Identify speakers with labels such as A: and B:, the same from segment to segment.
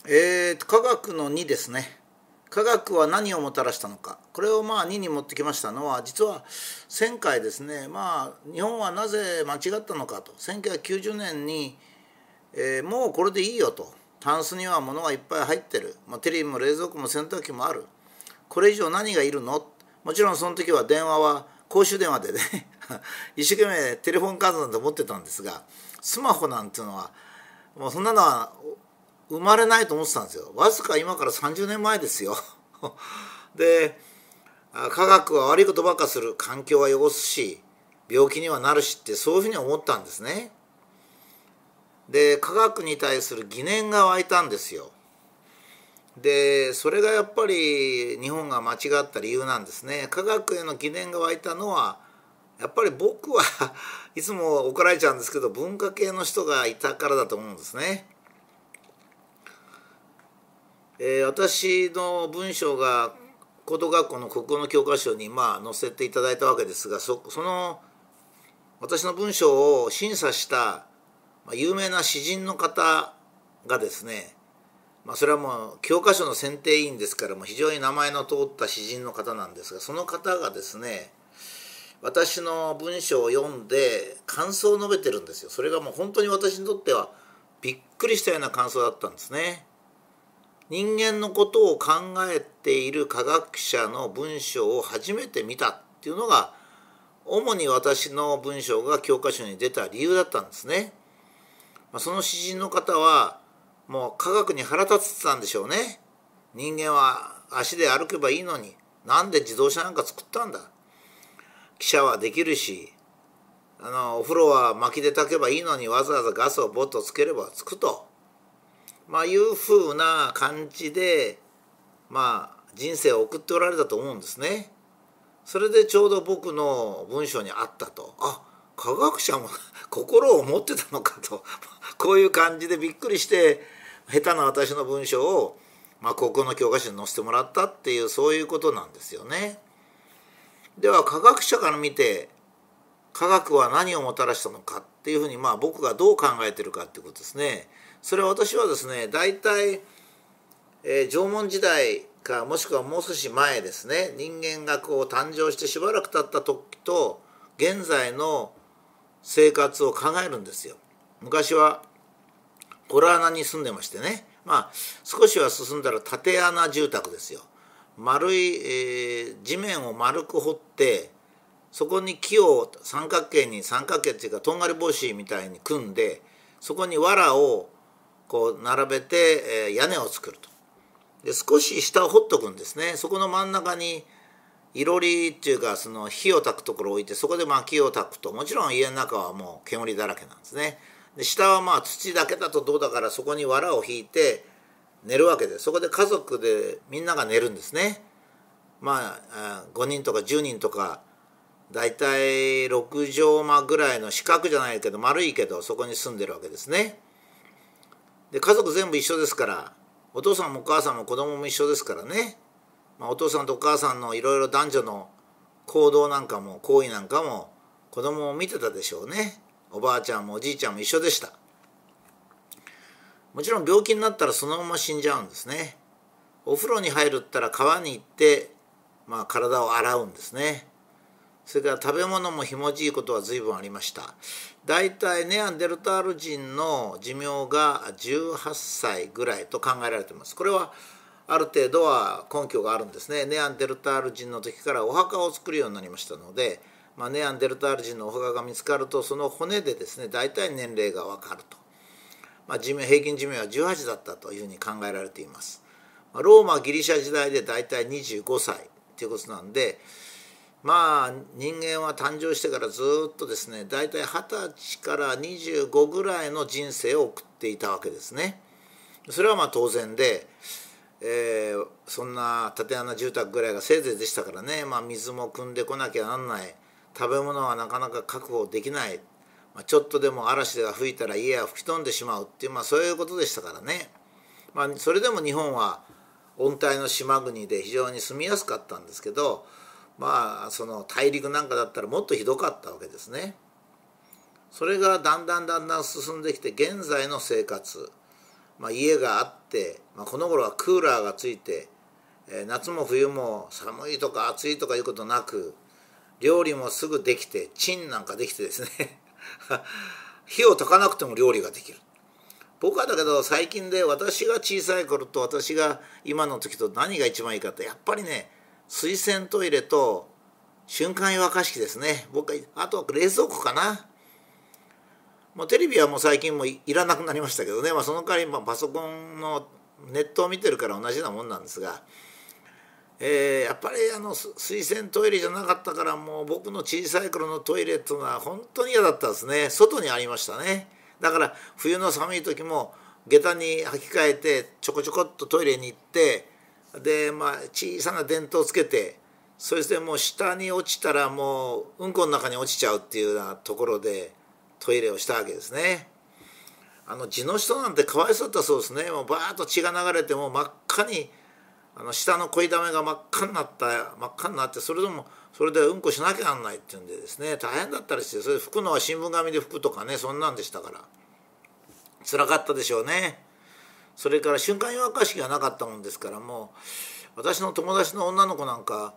A: 科学の2ですね。科学は何をもたらしたのか。これを2に持ってきましたのは、実は前回ですね、日本はなぜ間違ったのかと。1990年に、もうこれでいいよと。タンスには物がいっぱい入ってる。テレビも冷蔵庫も洗濯機もある。これ以上何がいるの。もちろんその時は電話は公衆電話でね一生懸命テレフォンカードなんて持ってたんですが、スマホなんていうのはもうそんなのは生まれないと思ってたんですよ。わずか今から30年前ですよで、科学は悪いことばっかする、環境は汚すし病気にはなるしって、そういうふうに思ったんですね。で、科学に対する疑念が湧いたんですよ。で、それがやっぱり日本が間違った理由なんですね。科学への疑念が湧いたのは、やっぱり僕はいつも怒られちゃうんですけど、文化系の人がいたからだと思うんですね。私の文章が高等学校の国語の教科書に載せていただいたわけですが、その私の文章を審査した有名な詩人の方がですね、それはもう教科書の選定委員ですから、非常に名前の通った詩人の方なんですが、その方がですね、私の文章を読んで感想を述べてるんですよ。それがもう本当に私にとってはびっくりしたような感想だったんですね。人間のことを考えている科学者の文章を初めて見たっていうのが、主に私の文章が教科書に出た理由だったんですね。その詩人の方はもう科学に腹立ってたんでしょうね。人間は足で歩けばいいのに、なんで自動車なんか作ったんだ。汽車はできるし、お風呂は薪で炊けばいいのに、わざわざガスをボッとつければつくと、いうふうな感じで人生を送っておられたと思うんですね。それでちょうど僕の文章にあったと、科学者も心を持ってたのかとこういう感じでびっくりして、下手な私の文章を国語の教科書に載せてもらったっていう、そういうことなんですよね。では科学者から見て科学は何をもたらしたのかっていうふうに僕がどう考えてるかっていうことですね。それは私はですね、大体、縄文時代か、もしくはもう少し前ですね、人間が誕生してしばらく経った時と現在の生活を考えるんですよ。昔は洞穴に住んでましてね、少しは進んだら縦穴住宅ですよ。丸い、地面を丸く掘って、そこに木を三角形っていうかとんがり帽子みたいに組んで、そこに藁を並べて、屋根を作ると。で、少し下を掘っとくんですね。そこの真ん中にいろりっていうか、その火を焚くところを置いて、そこで薪を焚くと、もちろん家の中はもう煙だらけなんですね。で、下は土だけだとどうだから、そこに藁を引いて寝るわけで、そこで家族でみんなが寝るんですね。5人とか10人とか、だいたい6畳間ぐらいの四角じゃないけど丸いけど、そこに住んでるわけですね。で、家族全部一緒ですから、お父さんもお母さんも子供も一緒ですからね、お父さんとお母さんのいろいろ男女の行動なんかも行為なんかも子供も見てたでしょうね。おばあちゃんもおじいちゃんも一緒でした。もちろん病気になったらそのまま死んじゃうんですね。お風呂に入るったら川に行って、体を洗うんですね。それから食べ物もひもじいことは随分ありました。だいたいネアンデルタール人の寿命が18歳ぐらいと考えられています。これはある程度は根拠があるんですね。ネアンデルタール人の時からお墓を作るようになりましたので、ネアンデルタール人のお墓が見つかると、その骨でですね、だいたい年齢がわかると。平均寿命は18だったというふうに考えられています。ローマギリシャ時代でだいたい25歳ということなんで、人間は誕生してからずっとですね、だいたい20歳から25ぐらいの人生を送っていたわけですね。それは当然で、そんな縦穴住宅ぐらいがせいぜいでしたからね、水も汲んでこなきゃなんない、食べ物はなかなか確保できない、ちょっとでも嵐が吹いたら家は吹き飛んでしまうっていう、そういうことでしたからね。それでも日本は温帯の島国で非常に住みやすかったんですけど、その大陸なんかだったらもっとひどかったわけですね。それがだんだん進んできて、現在の生活、 家があって、この頃はクーラーがついて、夏も冬も寒いとか暑いとかいうことなく、料理もすぐできて、チンなんかできてですね火を焚かなくても料理ができる。僕はだけど最近で、私が小さい頃と私が今の時と何が一番いいかって、やっぱりね、水洗トイレと瞬間湯沸かし器ですね。あとは冷蔵庫かな。もうテレビはもう最近もいらなくなりましたけどね、その代わりパソコンのネットを見てるから同じようなもんなんですが、やっぱり水洗トイレじゃなかったから、もう僕の小さい頃のトイレっていうのは本当に嫌だったんですね。外にありましたね。だから冬の寒い時も下駄に履き替えてちょこちょこっとトイレに行って、で小さな電灯をつけて、そしてもう下に落ちたらもううんこの中に落ちちゃうっていうようなところでトイレをしたわけですね。地の人なんてかわいそうだったそうですね。もうバーッと血が流れて、もう真っ赤に下の恋だめが真っ赤になって、それでうんこしなきゃなんないっていうんでですね、大変だったりして、それ拭くのは新聞紙で拭くとかね、そんなんでしたから辛かったでしょうね。それから瞬間湯沸かし器がなかったもんですから、もう私の友達の女の子なんか、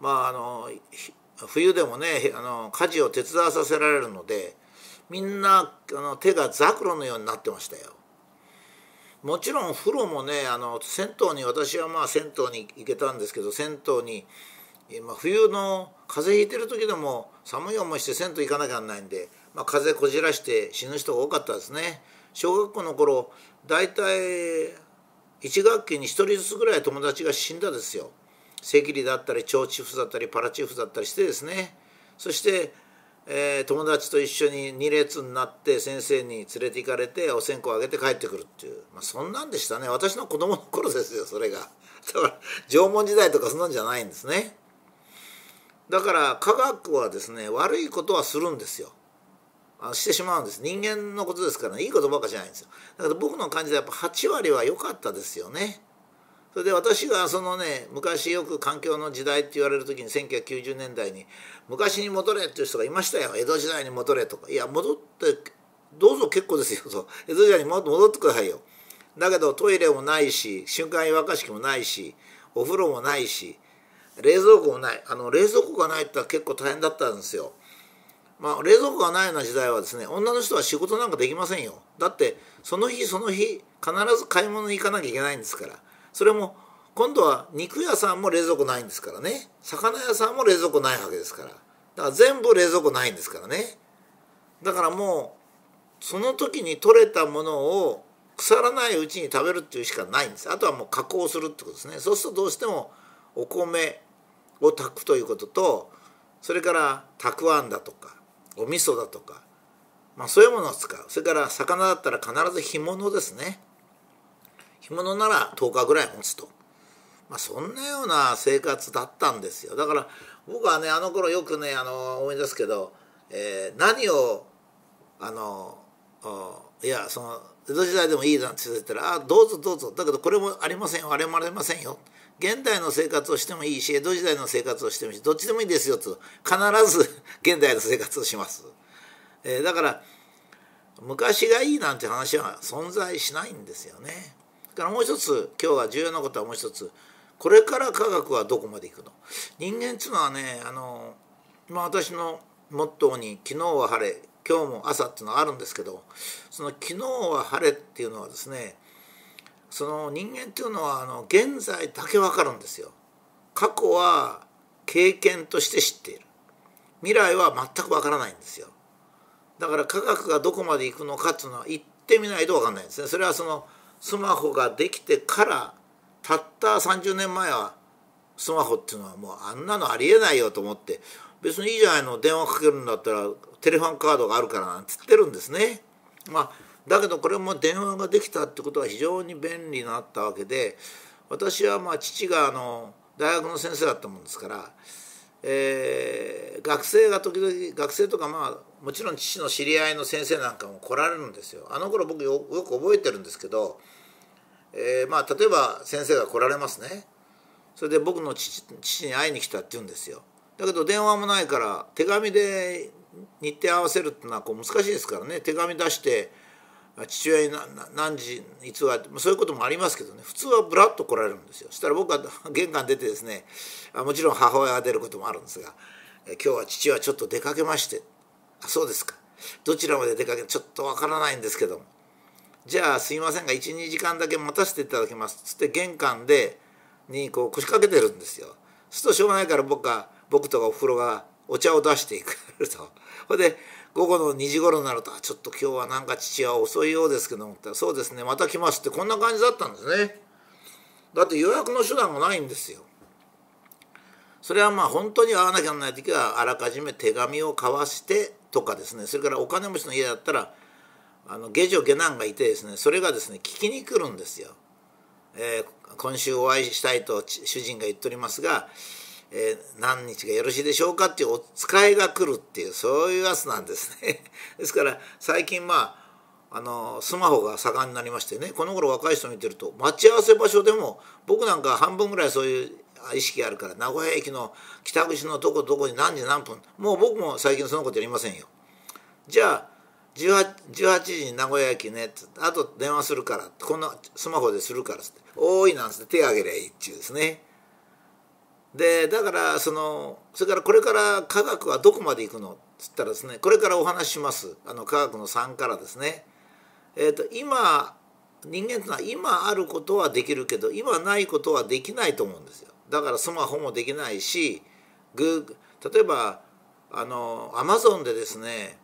A: 冬でもね家事を手伝わさせられるので、みんな手がザクロのようになってましたよ。もちろん風呂もね、私は銭湯に行けたんですけど、銭湯に冬の風邪ひいてる時でも寒い思いして銭湯行かなきゃならないんで、風邪こじらして死ぬ人が多かったですね。小学校の頃だいたい1学期に1人ずつぐらい友達が死んだですよ。赤痢だったり腸チフだったりパラチフだったりしてですね。そして、友達と一緒に2列になって先生に連れて行かれてお線香をあげて帰ってくるっていう、そんなんでしたね。私の子供の頃ですよ、それが。だから縄文時代とかそんなんじゃないんですね。だから科学はですね、悪いことはするんですよ。してしまうんです。人間のことですからね、いいことばっかじゃないんですよ。だから僕の感じでやっぱ8割は良かったですよね。それで私が昔よく環境の時代って言われる時に1990年代に昔に戻れっていう人がいましたよ。江戸時代に戻れとか。いや、戻ってどうぞ結構ですよと。江戸時代に戻ってくださいよ。だけどトイレもないし、瞬間湯沸かし器もないし、お風呂もないし、冷蔵庫もない。冷蔵庫がないって結構大変だったんですよ。冷蔵庫がないような時代はですね、女の人は仕事なんかできませんよ。だってその日その日必ず買い物に行かなきゃいけないんですから。それも今度は肉屋さんも冷蔵庫ないんですからね。魚屋さんも冷蔵庫ないわけですから。だから全部冷蔵庫ないんですからね。だからもうその時に取れたものを腐らないうちに食べるっていうしかないんです。あとはもう加工するってことですね。そうするとどうしてもお米を炊くということと、それからたくあんだとかお味噌だとか、そういうものを使う。それから魚だったら必ず干物ですね。干物なら10日ぐらい持つと。そんなような生活だったんですよ。だから僕はね、あの頃よくね思い出すけど、何をいや江戸時代でもいいなんて言ったら、どうぞどうぞ、だけどこれもありませんよ、あれもありませんよ、現代の生活をしてもいいし江戸時代の生活をしてもいいし、どっちでもいいですよと必ず現代の生活をします。だから昔がいいなんて話は存在しないんですよね。だからもう一つ今日は重要なことはもう一つ、これから科学はどこまでいくの。人間っていうのはね、私のモットーに昨日は晴れ今日も朝っていうのはあるんですけど、その昨日は晴れっていうのはですね、その人間っていうのは現在だけ分かるんですよ。過去は経験として知っている。未来は全く分からないんですよ。だから科学がどこまで行くのかっていうのは行ってみないと分かんないんですね。それはスマホができてからたった30年前はスマホっていうのはもうあんなのありえないよと思って、別にいいじゃないの、電話かけるんだったらテレフォンカードがあるからなんつってるんですね。だけどこれも電話ができたってことは非常に便利になったわけで、私は父が大学の先生だったもんですから、学生が時々学生とかもちろん父の知り合いの先生なんかも来られるんですよ。あの頃僕よく覚えてるんですけど、例えば先生が来られますね。それで僕の父に会いに来たって言うんですよ。だけど電話もないから手紙で日程合わせるってのは難しいですからね。手紙出して父親に何時いつはそういうこともありますけどね、普通はブラッと来られるんですよ。そしたら僕は玄関出てですね、もちろん母親が出ることもあるんですが「今日は父はちょっと出かけまして」「あ、そうですか。どちらまで出かけちょっとわからないんですけども、じゃあすいませんが 1,2 時間だけ待たせていただきます」つって玄関にこう腰掛けてるんですよ。そうするとしょうがないから僕とかおふくろがお茶を出していくと。それで午後の2時頃になると「ちょっと今日はなんか父は遅いようですけども」って「そうですね、また来ます」ってこんな感じだったんですね。だって予約の手段がないんですよ。それはまあ本当に会わなきゃならない時はあらかじめ手紙を交わしてとかですね、それからお金持ちの家だったら下女下男がいてですね、それがですね聞きに来るんですよ。今週お会いしたいと主人が言っておりますが、何日がよろしいでしょうかっていうお使いが来るっていう、そういうやつなんですね。ですから最近スマホが盛んになりましてね、この頃若い人見てると待ち合わせ場所でも、僕なんか半分ぐらいそういう意識があるから、名古屋駅の北口のどこどこに何時何分、もう僕も最近そのことやりませんよ。じゃあ18時に名古屋駅ねって、あと電話するから、こんなスマホでするからっつって、おーいなんつって手挙げりゃいいっちゅうですね。でだからそれからこれから科学はどこまで行くのっつったらですね、これからお話しします。科学の3からですね、今人間というのは今あることはできるけど今ないことはできないと思うんですよ。だからスマホもできないし、例えばアマゾンでですね、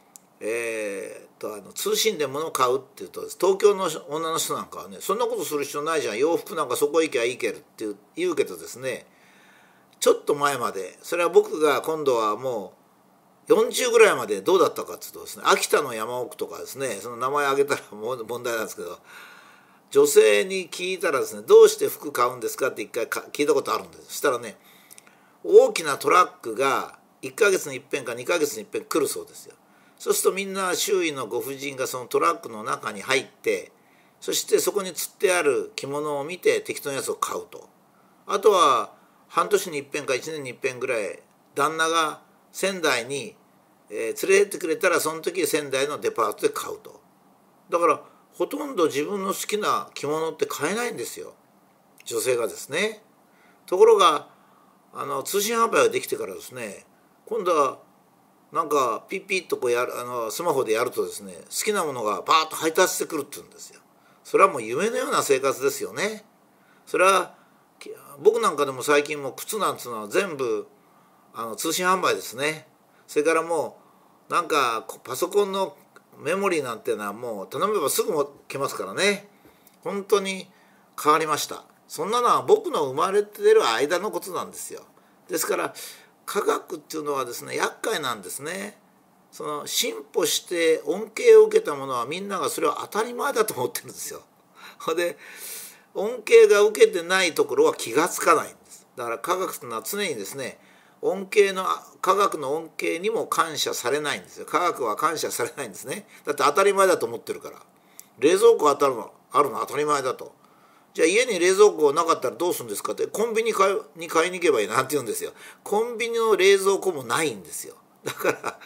A: 通信で物を買うっていうと、東京の女の人なんかはね、そんなことする必要ないじゃん、洋服なんかそこ行きゃいいけるって言うけどですね、ちょっと前まで、それは僕が今度はもう40ぐらいまでどうだったかっていうとですね、秋田の山奥とかですね、その名前挙げたら問題なんですけど、女性に聞いたらですね、どうして服買うんですかって一回聞いたことあるんです。そしたらね、大きなトラックが1ヶ月に一遍か2ヶ月に一遍来るそうですよ。そうするとみんな周囲のご婦人がそのトラックの中に入って、そしてそこに釣ってある着物を見て適当なやつを買うと。あとは半年に一遍か1年に一遍ぐらい旦那が仙台に、連れてってくれたら、その時仙台のデパートで買うと。だからほとんど自分の好きな着物って買えないんですよ、女性がですね。ところが通信販売ができてからですね、今度はなんかピッピッとこうスマホでやるとですね、好きなものがバーッと配達してくるって言うんですよ。それはもう夢のような生活ですよね。それは僕なんかでも最近も靴なんつうのは全部通信販売ですね。それからもうなんかパソコンのメモリーなんていうのはもう頼めばすぐも来ますからね。本当に変わりました。そんなのは僕の生まれてる間のことなんですよ。ですから科学っていうのはですね、厄介なんですね。その進歩して恩恵を受けたものはみんながそれは当たり前だと思ってるんですよ。で恩恵が受けてないところは気がつかないんです。だから科学というのは常にですね、科学の恩恵にも感謝されないんですよ。科学は感謝されないんですね。だって当たり前だと思ってるから。冷蔵庫あるの当たり前だと。じゃあ家に冷蔵庫なかったらどうするんですかって、コンビニに買いに行けばいいなんて言うんですよ。コンビニの冷蔵庫もないんですよ。だから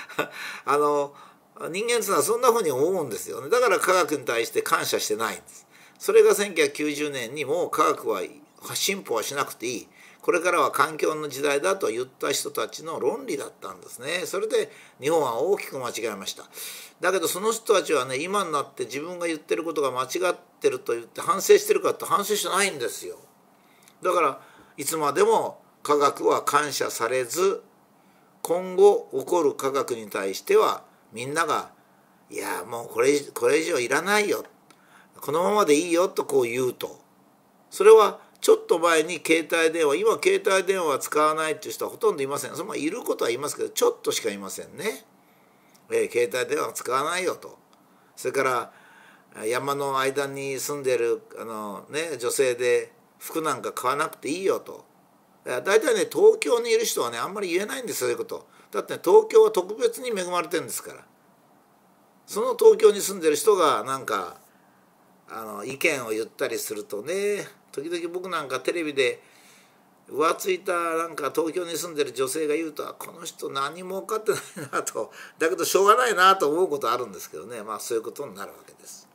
A: 人間っていうのはそんなふうに思うんですよね。だから科学に対して感謝してないんです。それが1990年にもう科学は進歩はしなくていい、これからは環境の時代だと言った人たちの論理だったんですね。それで日本は大きく間違えました。だけどその人たちはね、今になって自分が言ってることが間違ってると言って反省してるかって反省してないんですよ。だからいつまでも科学は感謝されず、今後起こる科学に対してはみんながいやもうこれ以上いらないよ、このままでいいよとこう言うと、それはちょっと前に今携帯電話は使わないっていう人はほとんどいません。いることはいますけどちょっとしかいませんね。携帯電話は使わないよと。それから山の間に住んでる女性で服なんか買わなくていいよと。大体ね、東京にいる人はねあんまり言えないんですよ、そういうこと。だってね、東京は特別に恵まれてるんですから。その東京に住んでる人がなんか意見を言ったりするとね、時々僕なんかテレビで浮ついたなんか東京に住んでる女性が言うと、この人何も分かってないなと、だけどしょうがないなと思うことあるんですけどね、まあそういうことになるわけです。